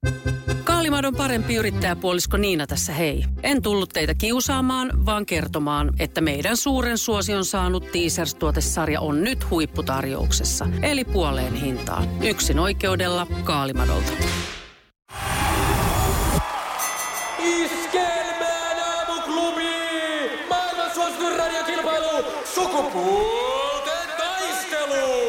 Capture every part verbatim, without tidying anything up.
Kaalimadon parempi yrittäjäpuolisko Niina tässä hei. En tullut teitä kiusaamaan, vaan kertomaan, että meidän suuren suosion saanut Teasers-tuotesarja on nyt huipputarjouksessa. Eli puoleen hintaan. Yksin oikeudella Kaalimadolta. Iskelmään aamuklubi! Maailman suosituin radiokilpailu! Sukupuolten taistelu!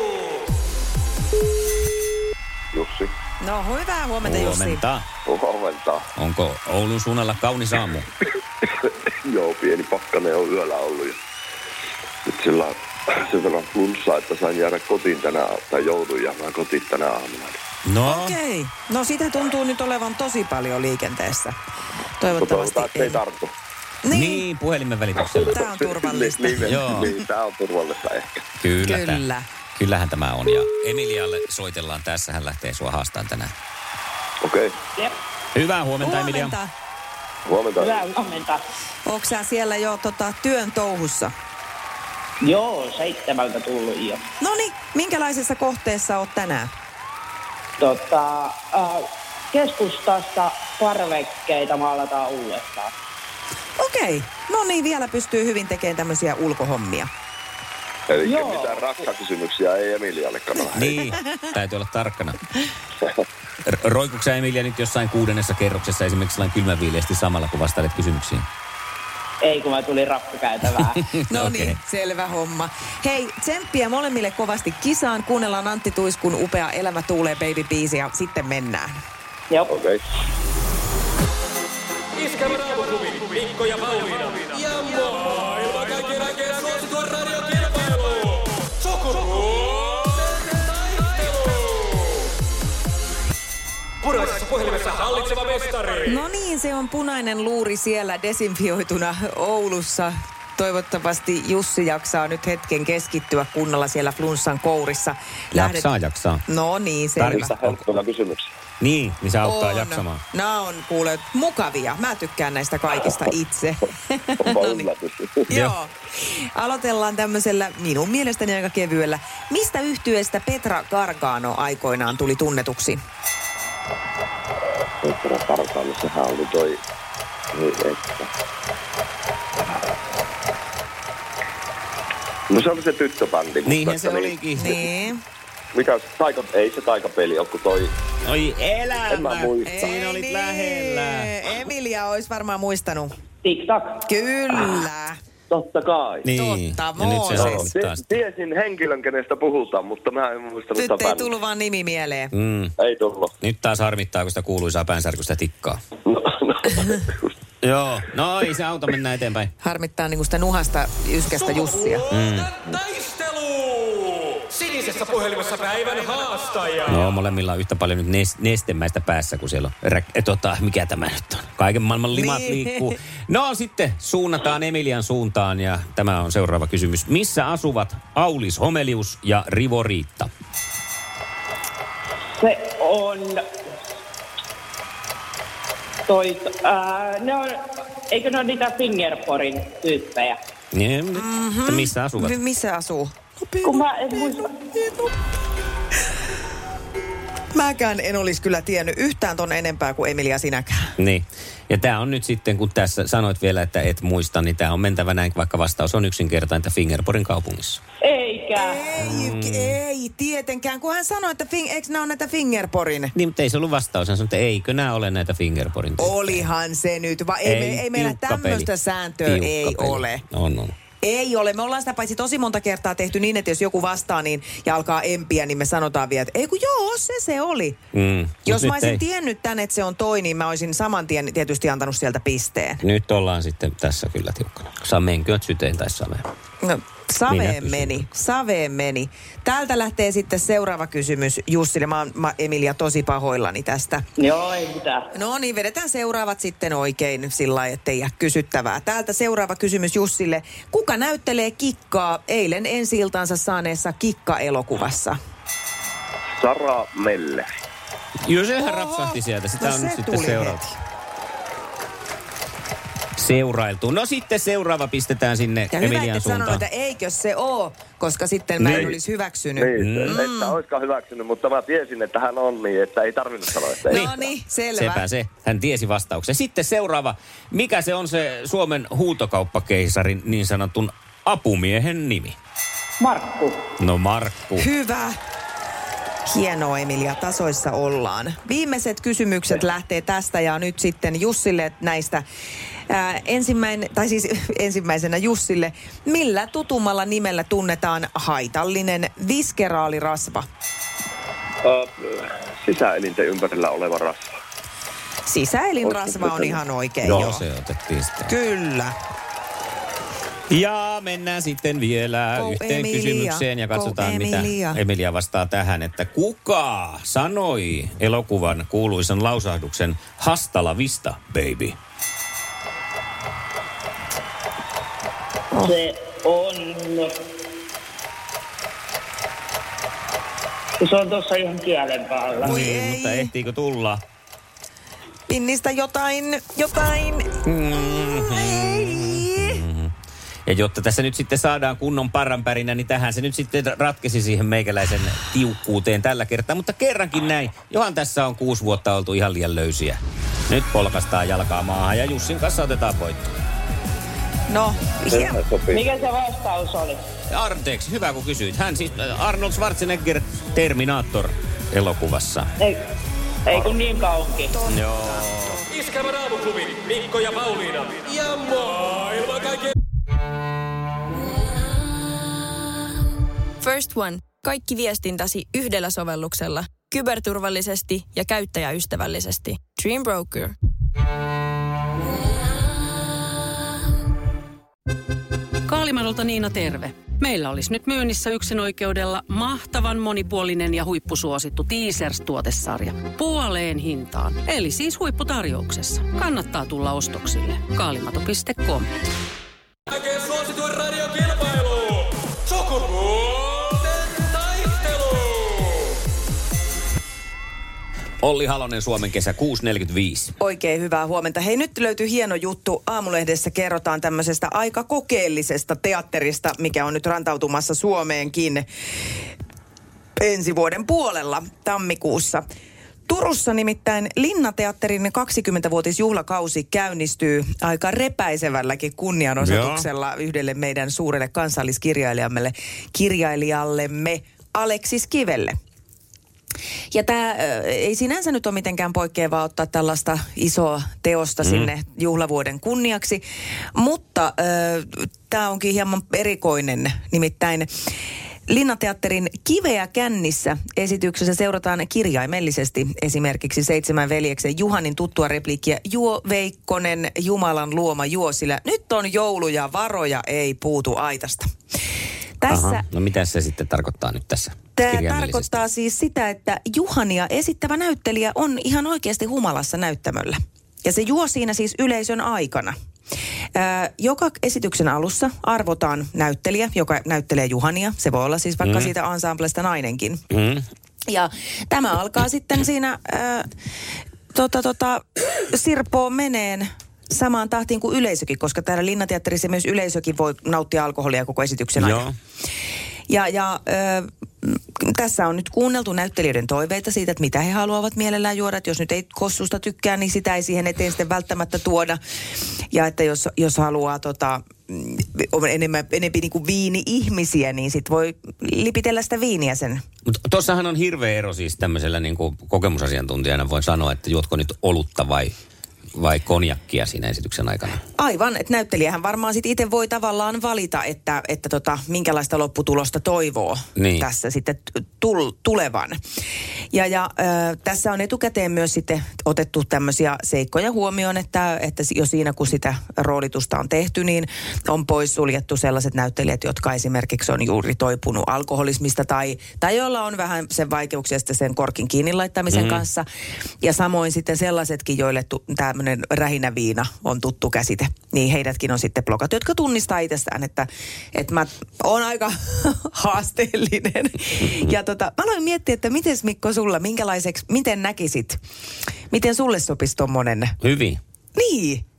Jussi. No hyvää huomenta, Jussi. Huomenta. Huomenta. Onko Oulun suunnalla kaunis aamu? Joo, pieni pakkanen on yöllä ollut. Ja nyt sillä on sen verran flunssaa, että sain jäädä kotiin tänä tai joudun jäämään kotiin tänä aamuna. No. Okei. Okay. No sitä tuntuu nyt olevan tosi paljon liikenteessä. Toivottavasti Toivotaan, ei tartu. Niin. Niin, puhelimen välityksellä. Tämä on turvallista. niin, niin, Joo. niin, tämä on turvallista ehkä. Kyllä. Kyllä. Tää, kyllähän tämä on. Ja Emilialle soitellaan tässä. Hän lähtee sua haastamaan tänään. Okei. Okay. Hyvää huomenta, Emilia. Huomenta. Huomenta. Hyvää huomenta. Onko sä siellä jo tota, työn touhussa? Joo, seitsemältä tullut jo. Noniin, minkälaisessa kohteessa oot tänään? Tota, äh, keskustassa parvekkeita maalataan uudestaan. Okei. No niin, vielä pystyy hyvin tekemään tämmöisiä ulkohommia. Eli Joo. mitään rakkakysymyksiä ei Emilialle kannata. Niin, täytyy olla tarkkana. R- Roikuuko sä, Emilia, nyt jossain kuudennessa kerroksessa esimerkiksi sellainen kylmäviileesti samalla, kun vastailet kysymyksiin? Ei, kun mä tulin rappukäytävään. No niin, Okei. selvä homma. Hei, tsemppiä molemmille kovasti kisaan. Kuunnellaan Antti Tuiskun upea Elämä tuulee baby-biisi ja sitten mennään. Joo. Okei. Okay. Iskelmän aamuklubi, Mikko ja Pauliina. Ja maailman kaikkien aikeen suosituen radiokilpailu! Sukupuolten taistelu! Puraisessa puhelimessa hallitseva mestari. No niin, se on punainen luuri siellä desinfioituna Oulussa. Toivottavasti Jussi jaksaa nyt hetken keskittyä kunnolla siellä flunssan kourissa. Jaksaa, jaksaa. No niin, selvä. Mistä helppoja kysymyksiä? Niin, niin se auttaa On. jaksamaan. Nämä on kuule mukavia. Mä tykkään näistä kaikista itse. Onpa No niin. yllätys. Joo. Aloitellaan tämmöisellä minun mielestäni aika kevyellä. Mistä yhtyeestä Petra Gargano aikoinaan tuli tunnetuksi? Petra Gargano, sehän oli toi... Niin, että... No se oli se tyttöbändi. mutta Niinhän että se olikin. Niin. Mikä se taika... Ei se taikapeli ole, kun toi... Oi elämä! En mä muista. Siinä olit lähellä. Emilia olisi varmaan muistanut. Tik-tak. Kyllä. Totta kai. Niin. Totta, ja nyt se Mooses. harmittaa sitä. Tiesin henkilön, kenestä puhutaan, mutta mä en muistanut Nyt sitä ei bändiä. tullut vaan nimi mieleen. Mm. Ei tullut. Nyt taas harmittaa, kun sitä kuuluisaa päänsärkystä tikkaa. No, no. Joo. No ei se auta, mennään eteenpäin. Harmittaa niinku sitä nuhasta yskästä Jussia. Sukupuolten taistelu! Sinisessä puhelimessa päivän haastaja. No molemmilla on yhtä paljon nyt nes- nestemäistä päässä, kun siellä on... Rä- tota, mikä tämä nyt on? Kaiken maailman limat Niin. liikkuu. No sitten suunnataan Emilian suuntaan ja tämä on seuraava kysymys. Missä asuvat Aulis Homelius ja Rivo Riitta? Se on... Toi, ää, ne on... Eikö ne ole niitä Fingerporin tyyppejä? Niin, mm-hmm. Missä asuvat? M- missä asuu? Kun mä en muista... Mäkään en olisi kyllä tiennyt yhtään ton enempää kuin Emilia sinäkään. Niin. Ja tämä on nyt sitten, kun tässä sanoit vielä, että et muista, niin tämä on mentävä näin, vaikka vastaus on yksinkertainen, että Fingerporin kaupungissa. Eikä. Ei, mm. ei tietenkään, kun hän sanoi, että fing, eikö nämä ole näitä Fingerporin? Niin, mutta ei se ollut vastaus. Hän sanoi, että eikö nämä ole näitä Fingerporin tyyppejä. Olihan se nyt, vaan ei, Ei, me, ei meillä tiukka tämmöistä peli. sääntöä Tiukka ei peli. ole. On, on. Ei ole. Me ollaan sitä paitsi tosi monta kertaa tehty niin, että jos joku vastaa niin, ja alkaa empiä, niin me sanotaan vielä, että ei kun joo, se se oli. Mm, Jos mut mä nyt olisin ei. tiennyt tän, että se on toi, niin mä olisin saman tien tietysti antanut sieltä pisteen. Nyt ollaan sitten tässä kyllä tiukkana. Saa menkööt syteen tai sameen. No, Minä saveen pysyn. meni, saveen meni. Täältä lähtee sitten seuraava kysymys Jussille. Mä oon mä, Emilia tosi pahoillani tästä. Joo, ei mitään. No niin, vedetään seuraavat sitten oikein sillä lailla, ettei jää kysyttävää. Täältä seuraava kysymys Jussille. Kuka näyttelee Kikkaa eilen ensi-iltansa saaneessa Kikka-elokuvassa? Sara Melle. Joo, sehän Oho. rapsahti sieltä. Sitä No on nyt se sitten tuli seuraava. heti. seurailtu. No sitten seuraava pistetään sinne ja Emilian hyvä, että suuntaan. sanonut, että eikö se oo, koska sitten mä en Niin. olisi hyväksynyt. Niin, Mm. että oiskaan hyväksynyt, mutta mä tiesin, että hän on niin, että ei tarvinnut sanoa, että ei. No niin, selvä. Sepä se. Hän tiesi vastauksen. Sitten seuraava. Mikä se on se Suomen huutokauppakeisarin niin sanotun apumiehen nimi? Markku. No Markku. Hyvä. Hienoa, Emilia, tasoissa ollaan. Viimeiset kysymykset lähtee tästä ja nyt sitten Jussille näistä. Ää, ensimmäinen, tai siis ensimmäisenä Jussille. Millä tutumalla nimellä tunnetaan haitallinen viskeraalirasva? Uh, sisäelinten ympärillä oleva rasva. Sisäelinrasva on ihan oikein, Joo, joo. se otettiin sitten. Kyllä. Ja mennään sitten vielä Go yhteen Emilia, kysymykseen ja katsotaan, go mitä Emilia. Emilia vastaa tähän. Että kuka sanoi elokuvan kuuluisan lausahduksen Hasta vista, baby? Se on... Se on tuossa ihan kielen päällä. Voi Niin, ei. mutta ehtiikö tulla? Pinnistä jotain, jotain. Ei. Ja jotta tässä nyt sitten saadaan kunnon parranpärinä, niin tähän se nyt sitten ratkesi siihen meikäläisen tiukkuuteen tällä kertaa. Mutta kerrankin näin. Johan tässä on kuusi vuotta oltu ihan liian löysiä. Nyt polkastaan jalkaa maahan ja Jussin kanssa otetaan voitto. No, hieman. Sehän sopii. Mikä se vastaus oli? Arteeksi, hyvä kun kysyit. Hän siis äh, Arnold Schwarzenegger Terminator-elokuvassa. Ei, ei kun niin kauankin. Joo. Iskelmän aamuklubi, Mikko ja Pauliina. Ja maailman kaikkien... First One. Kaikki viestintäsi yhdellä sovelluksella. Kyberturvallisesti ja käyttäjäystävällisesti. Dream Broker. Kaalimadolta Niina terve. Meillä olisi nyt myynnissä yksinoikeudella mahtavan monipuolinen ja huippusuosittu Teasers-tuotesarja. Puoleen hintaan. Eli siis huipputarjouksessa. Kannattaa tulla ostoksille. kaalimato piste com. Kaikkein suosituen radiokilpailu. Sukupuolten taistelu. Olli Halonen, Suomen kesä kuusi neljäkymmentäviisi. Oikein hyvää huomenta. Hei, nyt löytyy hieno juttu. Aamulehdessä kerrotaan tämmöisestä aika kokeellisesta teatterista, mikä on nyt rantautumassa Suomeenkin ensi vuoden puolella tammikuussa. Turussa nimittäin Linnateatterin kaksikymmentävuotisjuhlakausi käynnistyy aika repäisevälläkin kunnianosoituksella yhdelle meidän suurelle kansalliskirjailijamme, kirjailijallemme Aleksis Kivelle. Ja tämä ei sinänsä nyt ole mitenkään poikkeavaa ottaa tällaista isoa teosta mm. sinne juhlavuoden kunniaksi, mutta tämä onkin hieman erikoinen, nimittäin Linnateatterin Kiveä kännissä esityksessä seurataan kirjaimellisesti esimerkiksi Seitsemän veljeksen Juhanin tuttua repliikkiä Juo Veikkonen, Jumalan luoma juo, sillä nyt on joulu ja varoja ei puutu aitasta. Tässä, Aha. No mitä se sitten tarkoittaa nyt tässä? Tämä tarkoittaa siis sitä, että Juhania esittävä näyttelijä on ihan oikeasti humalassa näyttämöllä. Ja se juo siinä siis yleisön aikana. Ää, joka esityksen alussa arvotaan näyttelijä, joka näyttelee Juhania. Se voi olla siis vaikka mm. siitä ensemblesta nainenkin. Mm. Ja tämä alkaa sitten siinä ää, tota, tota, sirpoo meneen samaan tahtiin kuin yleisökin, koska täällä Linnateatterissa myös yleisökin voi nauttia alkoholia koko esityksen Joo. aikana. Ja, ja ö, tässä on nyt kuunneltu näyttelijöiden toiveita siitä, että mitä he haluavat mielellään juoda. Että jos nyt ei kossusta tykkää, niin sitä ei siihen eteen sitten välttämättä tuoda. Ja että jos, jos haluaa tota, enemmän, enemmän niin kuin viini-ihmisiä, niin sitten voi lipitellä sitä viiniä sen. Mutta tuossahan on hirveä ero siis tämmöisellä niin kuin kokemusasiantuntijana voin sanoa, että juotko nyt olutta vai... vai konjakkia siinä esityksen aikana? Aivan, että näyttelijähän varmaan sitten itse voi tavallaan valita, että, että tota, minkälaista lopputulosta toivoo niin. tässä sitten tul, tulevan. Ja, ja äh, tässä on etukäteen myös sitten otettu tämmöisiä seikkoja huomioon, että, että jo siinä kun sitä roolitusta on tehty, niin on poissuljettu sellaiset näyttelijät, jotka esimerkiksi on juuri toipunut alkoholismista tai, tai joilla on vähän sen vaikeuksia sen korkin kiinni laittamisen mm-hmm. kanssa. Ja samoin sitten sellaisetkin, joille tu- tämmöinen rähinäviina on tuttu käsite, niin heidätkin on sitten blokattu, jotka tunnistaa itsestään, että, että mä oon aika haasteellinen. Ja tota, mä aloin miettiä, että miten Mikko sulla, minkälaiseksi, miten näkisit, miten sulle sopisi tommonen? Hyvin. Niin.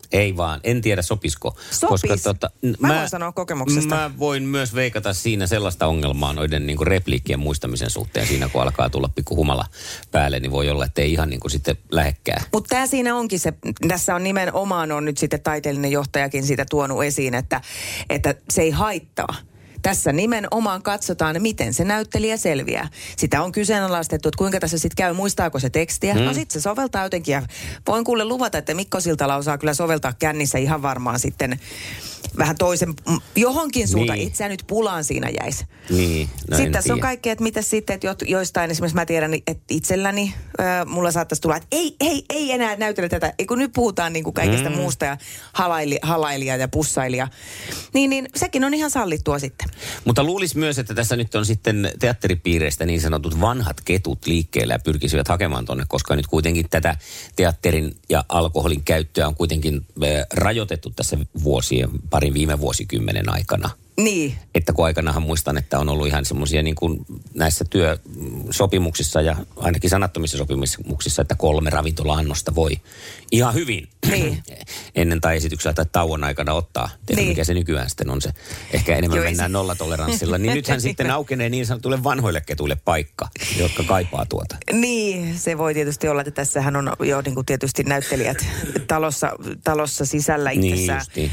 Ei vaan, en tiedä sopisiko. Sopis. Koska, tota, mä, mä voin sanoa kokemuksesta. Mä voin myös veikata siinä sellaista ongelmaa noiden niin kuin repliikkien muistamisen suhteen. Siinä kun alkaa tulla pikku humala päälle, niin voi olla, että ei ihan niin kuin sitten lähekkää. Mutta tämä siinä onkin se, tässä on nimenomaan on nyt sitten taiteellinen johtajakin siitä tuonut esiin, että, että se ei haittaa. Tässä nimenomaan katsotaan, miten se näyttelijä selviää. Sitä on kyseenalaistettu, että kuinka tässä sitten käy, muistaako se tekstiä. Hmm. No sitten se soveltaa jotenkin ja voin kuule luvata, että Mikko Siltala osaa kyllä soveltaa kännissä ihan varmaan sitten vähän toisen, johonkin suuntaan. Niin. Itseä nyt pulaan siinä jäisi. Niin, no sitten tässä on tiedä. kaikkea, että mitä sitten, että jo, joistain esimerkiksi mä tiedän, että itselläni äh, mulla saattaisi tulla, että ei, ei, ei enää näytellä tätä. Ei kun nyt puhutaan niin kuin kaikesta mm. muusta ja halaili, halailija ja pussailija. Niin, niin sekin on ihan sallittua sitten. Mutta luulisi myös, että tässä nyt on sitten teatteripiireistä niin sanotut vanhat ketut liikkeellä ja pyrkisivät hakemaan tonne, koska nyt kuitenkin tätä teatterin ja alkoholin käyttöä on kuitenkin äh, rajoitettu tässä vuosien, parin viime vuosikymmenen aikana. Niin. Että kun aikanahan muistan, että on ollut ihan semmoisia niin kuin näissä työsopimuksissa ja ainakin sanattomissa sopimuksissa, että kolme ravintola-annosta voi ihan hyvin niin. ennen tai esityksellä tai tauon aikana ottaa. Tiedä, niin. Mikä se nykyään sitten on se. Ehkä enemmän Joo, mennään se... nollatoleranssilla. Niin nythän sitten aukenee niin sanotulle vanhoille ketuille paikka, jotka kaipaa tuota. Niin, se voi tietysti olla, että tässähän on jo niin kuin tietysti näyttelijät talossa, talossa sisällä itsessään. Niin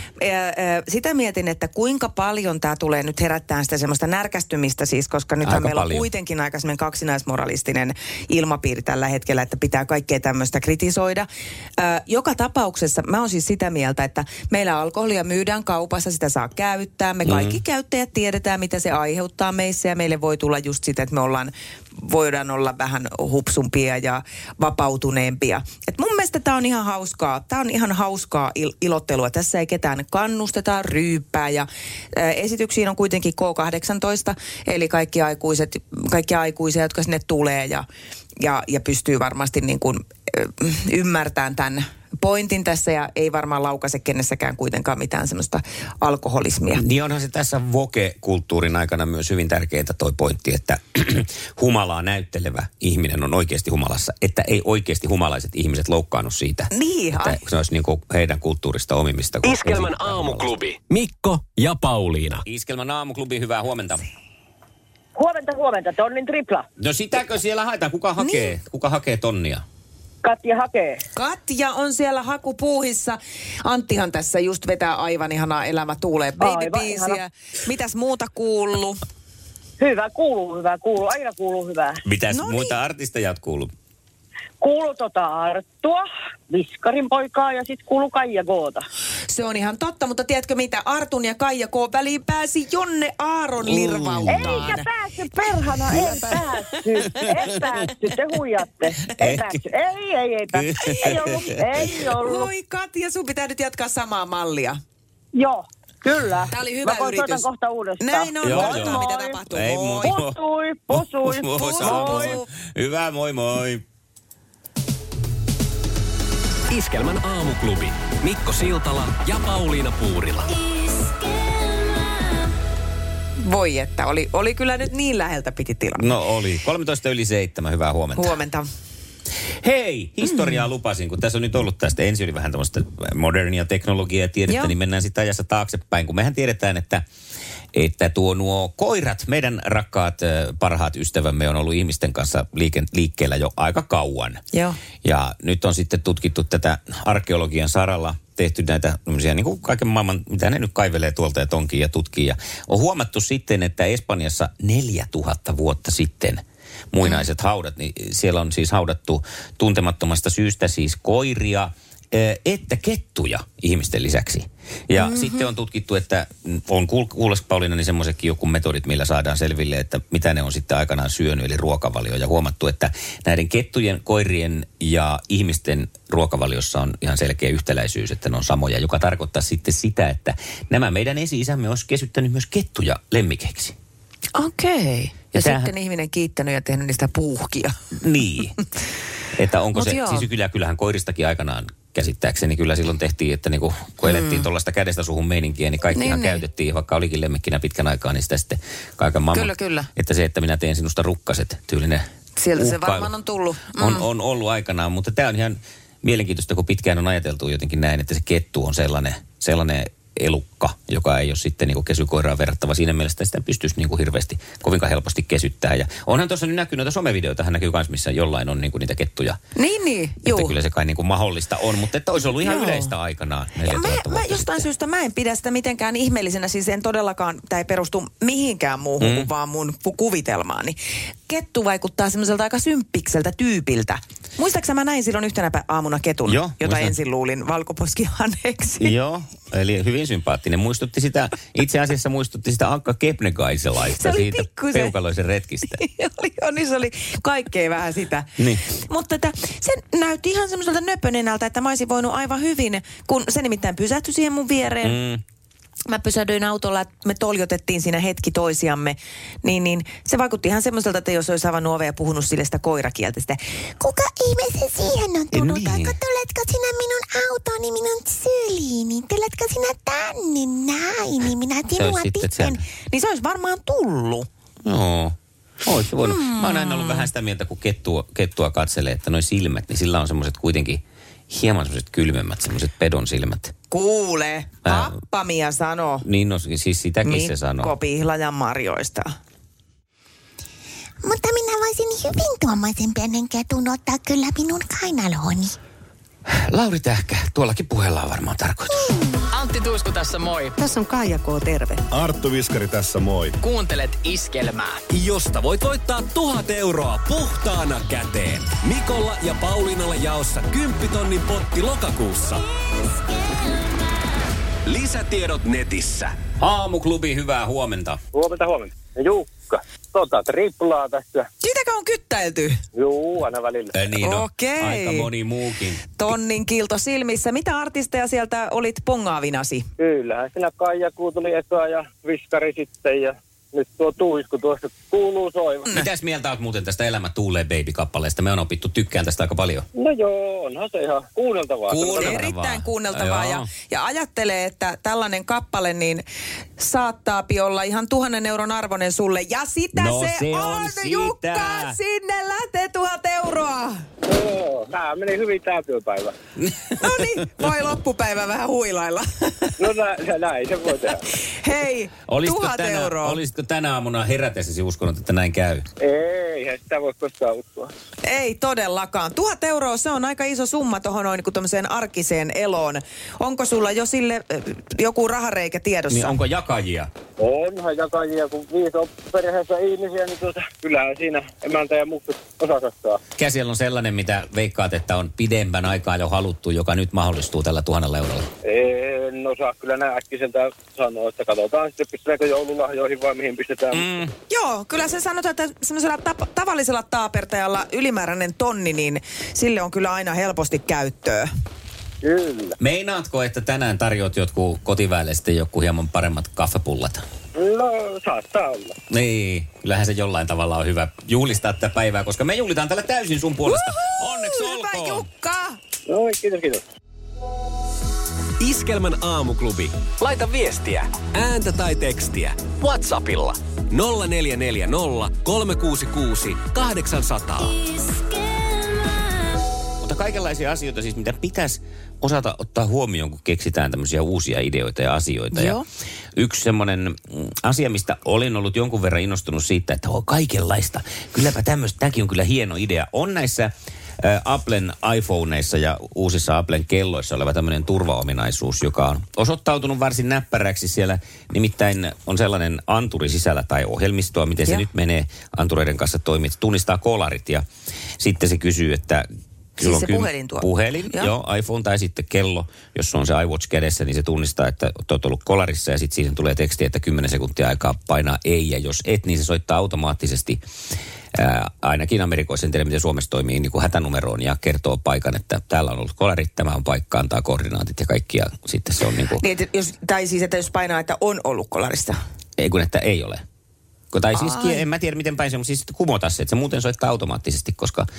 Sitä mietin, että kuinka paljon tämä tulee nyt herättää sitä semmoista närkästymistä siis, koska nythän Aika meillä paljon. on kuitenkin aika semmoinen kaksinaismoralistinen ilmapiiri tällä hetkellä, että pitää kaikkea tämmöistä kritisoida. Ö, joka tapauksessa mä oon siis sitä mieltä, että meillä alkoholia myydään kaupassa, sitä saa käyttää. Me kaikki mm. käyttäjät tiedetään, mitä se aiheuttaa meissä ja meille voi tulla just sitä, että me ollaan, voidaan olla vähän hupsumpia ja vapautuneempia. Et mun mielestä tää on ihan hauskaa. Tää on ihan hauskaa il- ilottelua. Tässä ei ketään kannusteta, ryyppää ja ö, esityksiin on kuitenkin K kahdeksantoista, eli kaikki aikuiset, kaikki aikuisia, jotka sinne tulee ja, ja, ja pystyy varmasti niin kuin ö, ymmärtämään tämän pointin tässä ja ei varmaan laukaise kennessäkään kuitenkaan mitään semmoista alkoholismia. Niin onhan se tässä woke-kulttuurin aikana myös hyvin tärkeää toi pointti, että humalaa näyttelevä ihminen on oikeasti humalassa, että ei oikeasti humalaiset ihmiset loukkaannut siitä. Niin, että se olisi niin kuin heidän kulttuurista omimista. Iskelmän aamuklubi. Mikko ja Pauliina. Iskelmän aamuklubi, hyvää huomenta. Huomenta, huomenta. Tonnin tripla. No sitäkö siellä haetaan? Kuka hakee, Niin. Kuka hakee tonnia? Katja hakee. Katja on siellä hakupuuhissa. Anttihan tässä just vetää aivan ihanaa Elämä tuulee baby-biisiä. Mitäs muuta kuuluu? Hyvä kuuluu, hyvä kuuluu. Aina kuuluu hyvää. Mitäs No muita niin. artisteja oot kuullut? Kuuluu tota Arttua, Viskarin poikaa ja sit kuuluu Kaija Goota. Se on ihan totta, mutta tiedätkö mitä? Artun ja Kaija K. väliin pääsi Jonne Aaron lirvautaan. Eikä päässyt perhana, ei päässyt. Ei päässyt, te huijatte. Ei päässyt. Ei, ei, ei päässyt. Ei ollut, ei ollut. Voi Katja, sun pitää nyt jatkaa samaa mallia. Joo, kyllä. Tää oli hyvä Mä yritys. soitan kohta uudestaan. Näin on, Joo, katsotaan joo. mitä tapahtuu. Ei Moi. moi. Pusui, pusui, Moi, pusui. moi. Hyvä, moi moi. Iskelmän aamuklubi. Mikko Siltala ja Pauliina Puurila. Voi että, oli, oli kyllä nyt niin läheltä piti tilanne. No oli. kolmetoista yli seitsemän, hyvää huomenta. Huomenta. Hei, historiaa lupasin, kun tässä on nyt ollut tästä. Ensin oli vähän tämmöistä modernia teknologiaa ja tiedettä, Joo. niin mennään sitten ajassa taaksepäin. Kun mehän tiedetään, että, että tuo nuo koirat, meidän rakkaat parhaat ystävämme on ollut ihmisten kanssa liike, liikkeellä jo aika kauan. Joo. Ja nyt on sitten tutkittu tätä arkeologian saralla, tehty näitä niin kuin kaiken maailman, mitä ne nyt kaivelee tuolta ja tonkii ja tutkii. Ja on huomattu sitten, että Espanjassa neljätuhatta vuotta sitten muinaiset haudat, niin siellä on siis haudattu tuntemattomasta syystä siis koiria, että kettuja ihmisten lisäksi. Ja mm-hmm. sitten on tutkittu, että on kuules Pauliina niin semmoisetkin joku metodit, millä saadaan selville, että mitä ne on sitten aikanaan syönyt, eli ruokavalio. Ja huomattu, että näiden kettujen, koirien ja ihmisten ruokavaliossa on ihan selkeä yhtäläisyys, että ne on samoja, joka tarkoittaa sitten sitä, että nämä meidän esi-isämme olisi kesyttänyt myös kettuja lemmikeiksi. Okei. Ja, ja tämähän... sitten ihminen kiittänyt ja tehnyt niistä puuhkia. Niin. Että onko Mut se, joo. siis kyllä, kyllähän koiristakin aikanaan käsittääkseni kyllä silloin tehtiin, että niinku, kun elettiin mm. tuollaista kädestä suhun meininkiä, niin kaikkihan Niin, niin. käytettiin, vaikka olikin lemmikkinä pitkän aikaa, niin sitä sitten kaiken maailman. Kyllä, kyllä. Että se, että minä teen sinusta rukkaset, tyylinen Sieltä se uhkailu varmaan on tullut. Mm. On, on ollut aikanaan, mutta tämä on ihan mielenkiintoista, kun pitkään on ajateltu jotenkin näin, että se kettu on sellainen, sellainen elukka, joka ei ole sitten niin kuin kesykoiraan verrattava siinä mielessä, että sitä pystyisi niin kuin hirveästi, kovinkaan helposti kesyttää. Ja onhan tuossa nyt näkynyt noita somevideoita, hän näkyy myös, missä jollain on niin kuin niitä kettuja. Niin, niin, että juu. kyllä se kai niin kuin mahdollista on, mutta että olisi ollut ihan Joo. yleistä aikanaan. Ja mä, mä jostain sitten. syystä mä en pidä sitä mitenkään ihmeellisenä, siis en todellakaan, tämä ei perustu mihinkään muuhun mm. kuin vaan mun pu- kuvitelmaani. Kettu vaikuttaa semmoiselta aika symppikseltä tyypiltä. Muistaaksä mä näin silloin yhtenä aamuna ketun, Joo, jota muistan. ensin luulin valkoposkihanheksi. Joo, eli hyvin sympaattinen. Muistutti sitä, itse asiassa muistutti sitä Akka Kebnekaiselaista siitä pikkusen. peukaloisen retkistä. oli, joo, niin se oli kaikkea vähän sitä. Niin. Mutta että se näytti ihan semmoiselta nöpönenältä, että mä olisin voinut aivan hyvin, kun se nimittäin pysähtyi siihen mun viereen. Mm. Mä pysähdyin autolla, että me toljotettiin siinä hetki toisiamme, niin, niin se vaikutti ihan semmoiselta, että jos olisi avannut ovea ja puhunut sille sitä koirakieltä, sitä kuka ihme se siihen on tullut, niin. aiko tuletko sinä minun autoni, minun syliini, tuletko sinä tänne näin, niin minä sinua sitten. Niin se olisi varmaan tullut. Joo. Olisi voinut. Mm. Mä oon aina ollut vähän sitä mieltä, kun kettua, kettua katselee, että noi silmät, niin sillä on semmoiset kuitenkin hieman semmoiset kylmemmät, semmoiset pedon silmät. Kuule, Mä... Pappamia sanoo. Niin, no siis sitäkin Mikko se sanoo. Mikko Pihlajan marjoista. Mutta minä voisin hyvin tuommoisen pienen ketun ottaa kyllä minun kainalooni. Lauri Tähkä, tuollakin puheella on varmaan tarkoitus. Antti Tuisku tässä moi. Tässä on Kaija K. terve. Arttu Viskari tässä moi. Kuuntelet Iskelmää. Josta voit voittaa tuhat euroa puhtaana käteen. Mikolla ja Pauliinalla jaossa kymppitonnin potti lokakuussa. Lisätiedot netissä. Aamuklubi, hyvää huomenta. Huomenta, huomenta. Jukka. Tota, triplaa tässä. Siitäkö on kyttäilty? Juu, aina välillä. Äh, niin no, Okei. aika moni muukin. Tonnin kilto silmissä. Mitä artisteja sieltä olit pongaavinasi? Kyllähän siinä Kaija Kuu tuli eka ja Viskari sitten ja nyt tuo Tuisku tuossa kuuluu soiva. Mitäs mieltä oot muuten tästä Elämä tuulee baby-kappaleesta? Me on opittu tykkään tästä aika paljon. No joo, onhan se ihan kuunneltavaa. Kuunneltavaa. Erittäin kuunneltavaa. Joo. Ja, ja ajattelee, että tällainen kappale niin saattaa olla ihan tuhannen euron arvoinen sulle. Ja sitä No, se, se on on, sitä. Jukka! Sinne lähtee tuhat euroa! Joo, tää meni hyvin tää työpäivä. No niin, voi loppupäivä vähän huilailla. No nä, näin se voi tehdä. Hei, Olisitko tuhat tänä, euroa. olisitko tänä aamuna herätessäsi uskonut, että näin käy? Eihän sitä voi koskaan uskoa. Ei todellakaan. Tuhat euroa, se on aika iso summa tuohon noin niin tommoseen arkiseen eloon. Onko sulla jo sille äh, joku rahareikä tiedossa? Niin onko jakajia? Onhan jakajia, kun viisi on perheessä ihmisiä, niin tuota, kyllähän siinä emäntä ja muksut osasastaa. Mikä siellä on sellainen, mitä veikkaat, että on pidempän aikaa jo haluttu, joka nyt mahdollistuu tällä tuhannella eurolla? En osaa kyllä näin äkkiseltä sanoa, että katsotaan sitten pistetäänkö joululahjoihin vai mihin pistetään. Mm. Joo, kyllä se sanotaan, että semmoisella tap- tavallisella taapertajalla ylimääräinen tonni, niin sille on kyllä aina helposti käyttöä. Kyllä. Meinaatko, että tänään tarjoat jotkut kotiväelle sitten joku hieman paremmat kaffepullat? No, saattaa olla. Niin, kyllähän se jollain tavalla on hyvä juhlistaa tätä päivää, koska me juhlitaan tällä täysin sun puolesta. Uhuhu, Onneksi hyvä olkoon! Jukka! No, kiitos, kiitos. Iskelmän aamuklubi. Laita viestiä, ääntä tai tekstiä. WhatsAppilla nolla neljä neljä nolla kolme kuusi kuusi kahdeksan nolla nolla. Mutta kaikenlaisia asioita siis, mitä pitäisi osata ottaa huomioon, kun keksitään tämmöisiä uusia ideoita ja asioita. Joo. Ja yksi semmoinen asia, mistä olin ollut jonkun verran innostunut siitä, että on kaikenlaista. Kylläpä tämmöistä, tämäkin on kyllä hieno idea. On näissä ä, Applen iPhoneissa ja uusissa Applen kelloissa oleva tämmöinen turvaominaisuus, joka on osoittautunut varsin näppäräksi. Siellä nimittäin on sellainen anturi sisällä tai ohjelmistoa, miten se ja. nyt menee antureiden kanssa toimii. Se tunnistaa kolarit ja sitten se kysyy, että Siis se puhelin tuo. Puhelin, joo. joo, iPhone tai sitten kello. Jos on se iWatch kädessä, niin se tunnistaa, että olet ollut kolarissa ja sitten siihen tulee teksti, että kymmenen sekuntia aikaa painaa ei. Ja jos et, niin se soittaa automaattisesti, ää, ainakin Amerikoissa, en tiedä miten Suomessa toimii, niin kuin hätänumeroon ja kertoo paikan, että täällä on ollut kolarit, tämä on paikka, antaa koordinaatit ja kaikki. Ja sitten se on niin kuin... Niin, että jos, tai siis, että jos painaa, että on ollut kolarissa. Ei kun, että ei ole. Tai siis, Ai. en mä tiedä miten päin se, mutta siis kumota se, että se muuten soittaa automaattisesti, koska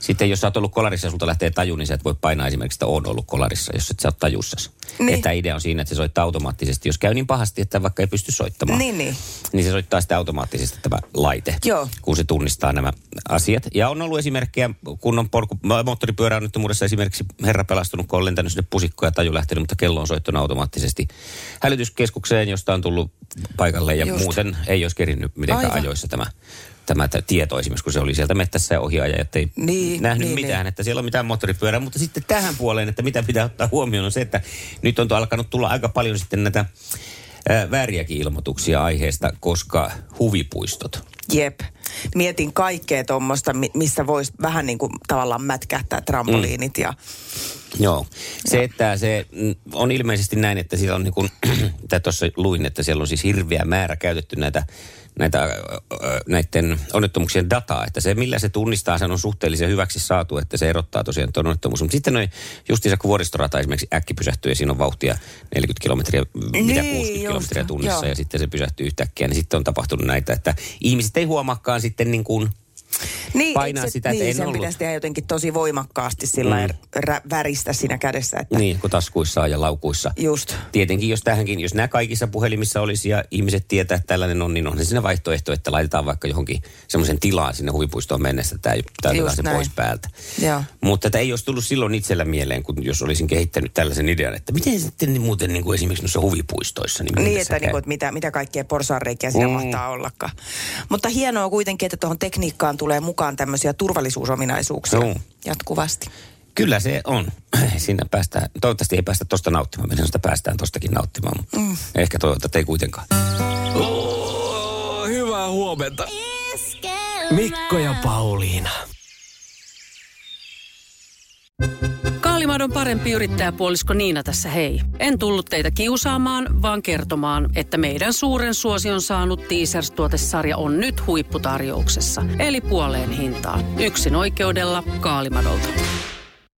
Sitten jos sä oot ollut kolarissa ja sulta lähtee taju, niin sä et voi painaa esimerkiksi, että on ollut kolarissa, jos et sä oot tajussasi. Niin. Että idea on siinä, että se soittaa automaattisesti. Jos käy niin pahasti, että vaikka ei pysty soittamaan, niin, niin. niin se soittaa sitä automaattisesti tämä laite, Joo. kun se tunnistaa nämä asiat. Ja on ollut esimerkkejä, kun on polku, moottoripyöräonnettomuudessa esimerkiksi herra pelastunut, kun on lentänyt sinne pusikkoon ja taju lähtenyt, mutta kello on soittanut automaattisesti hälytyskeskukseen, josta on tullut paikalle ja Just. muuten ei olisi kerinnyt mitenkään Aivan. ajoissa tämä. Tämä tieto esimerkiksi, kun se oli sieltä mettässä ja ohjaajat ei niin, nähnyt niin, mitään, niin. että siellä on mitään moottoripyörää. Mutta sitten tähän puoleen, että mitä pitää ottaa huomioon on se, että nyt on alkanut tulla aika paljon sitten näitä ää, vääriäkin ilmoituksia aiheesta, koska huvipuistot. Jep. Mietin kaikkea tuommoista, missä voisi vähän niin kuin tavallaan mätkähtää trampoliinit ja... Joo. Se, että se on ilmeisesti näin, että siellä on niin kuin, mitä tuossa luin, että siellä on siis hirveä määrä käytetty näitä näitä näiden onnettomuuksien dataa, että se millä se tunnistaa, sen on suhteellisen hyväksi saatu, että se erottaa tosiaan tuon onnettomuus. Mutta sitten noin justiinsa kun vuoristorata esimerkiksi äkki pysähtyy ja siinä on vauhtia neljäkymmentä kilometriä, niin, mitä kuusikymmentä kilometriä tunnissa joo. ja sitten se pysähtyy yhtäkkiä, niin sitten on tapahtunut näitä, että ihmiset ei huomaakaan sitten niin kuin niin, painaa se, sitä, niin, että en sen ollut. Pitäisi tehdä jotenkin tosi voimakkaasti sillä mm. rä, väristä siinä kädessä. Että... Niin, kun taskuissa ja laukuissa. Just. Tietenkin, jos tähänkin, jos nämä kaikissa puhelimissa olisi ja ihmiset tietää, että tällainen on, niin on siinä vaihtoehto, että laitetaan vaikka johonkin semmoisen tilaan sinne huvipuistoon mennessä, että täytetään se näin. Pois päältä. Joo. Mutta tätä ei olisi tullut silloin itsellä mieleen, kun jos olisin kehittänyt tällaisen idean, että miten sitten niin muuten niin kuin esimerkiksi noissa huvipuistoissa. Niin, niin että, niin kuin, että mitä, mitä kaikkea porsaanreikiä siinä mm. mahtaa ollakaan. Mutta hienoa kuitenkin, että tuohon tekniikkaan tulee mukaan tämmöisiä turvallisuusominaisuuksia no. jatkuvasti. Kyllä se on. Siinä päästään, toivottavasti ei päästä tosta nauttimaan. Meidän sitä päästään tostakin nauttimaan, mutta mm. ehkä toivottavasti ei kuitenkaan. Oh, hyvää huomenta. Mikko ja Pauliina. Kaalimadon parempi yrittäjäpuolisko Niina tässä hei. En tullut teitä kiusaamaan, vaan kertomaan, että meidän suuren suosion saanut Teasers-tuotesarja on nyt huipputarjouksessa. Eli puoleen hintaan. Yksin oikeudella Kaalimadolta.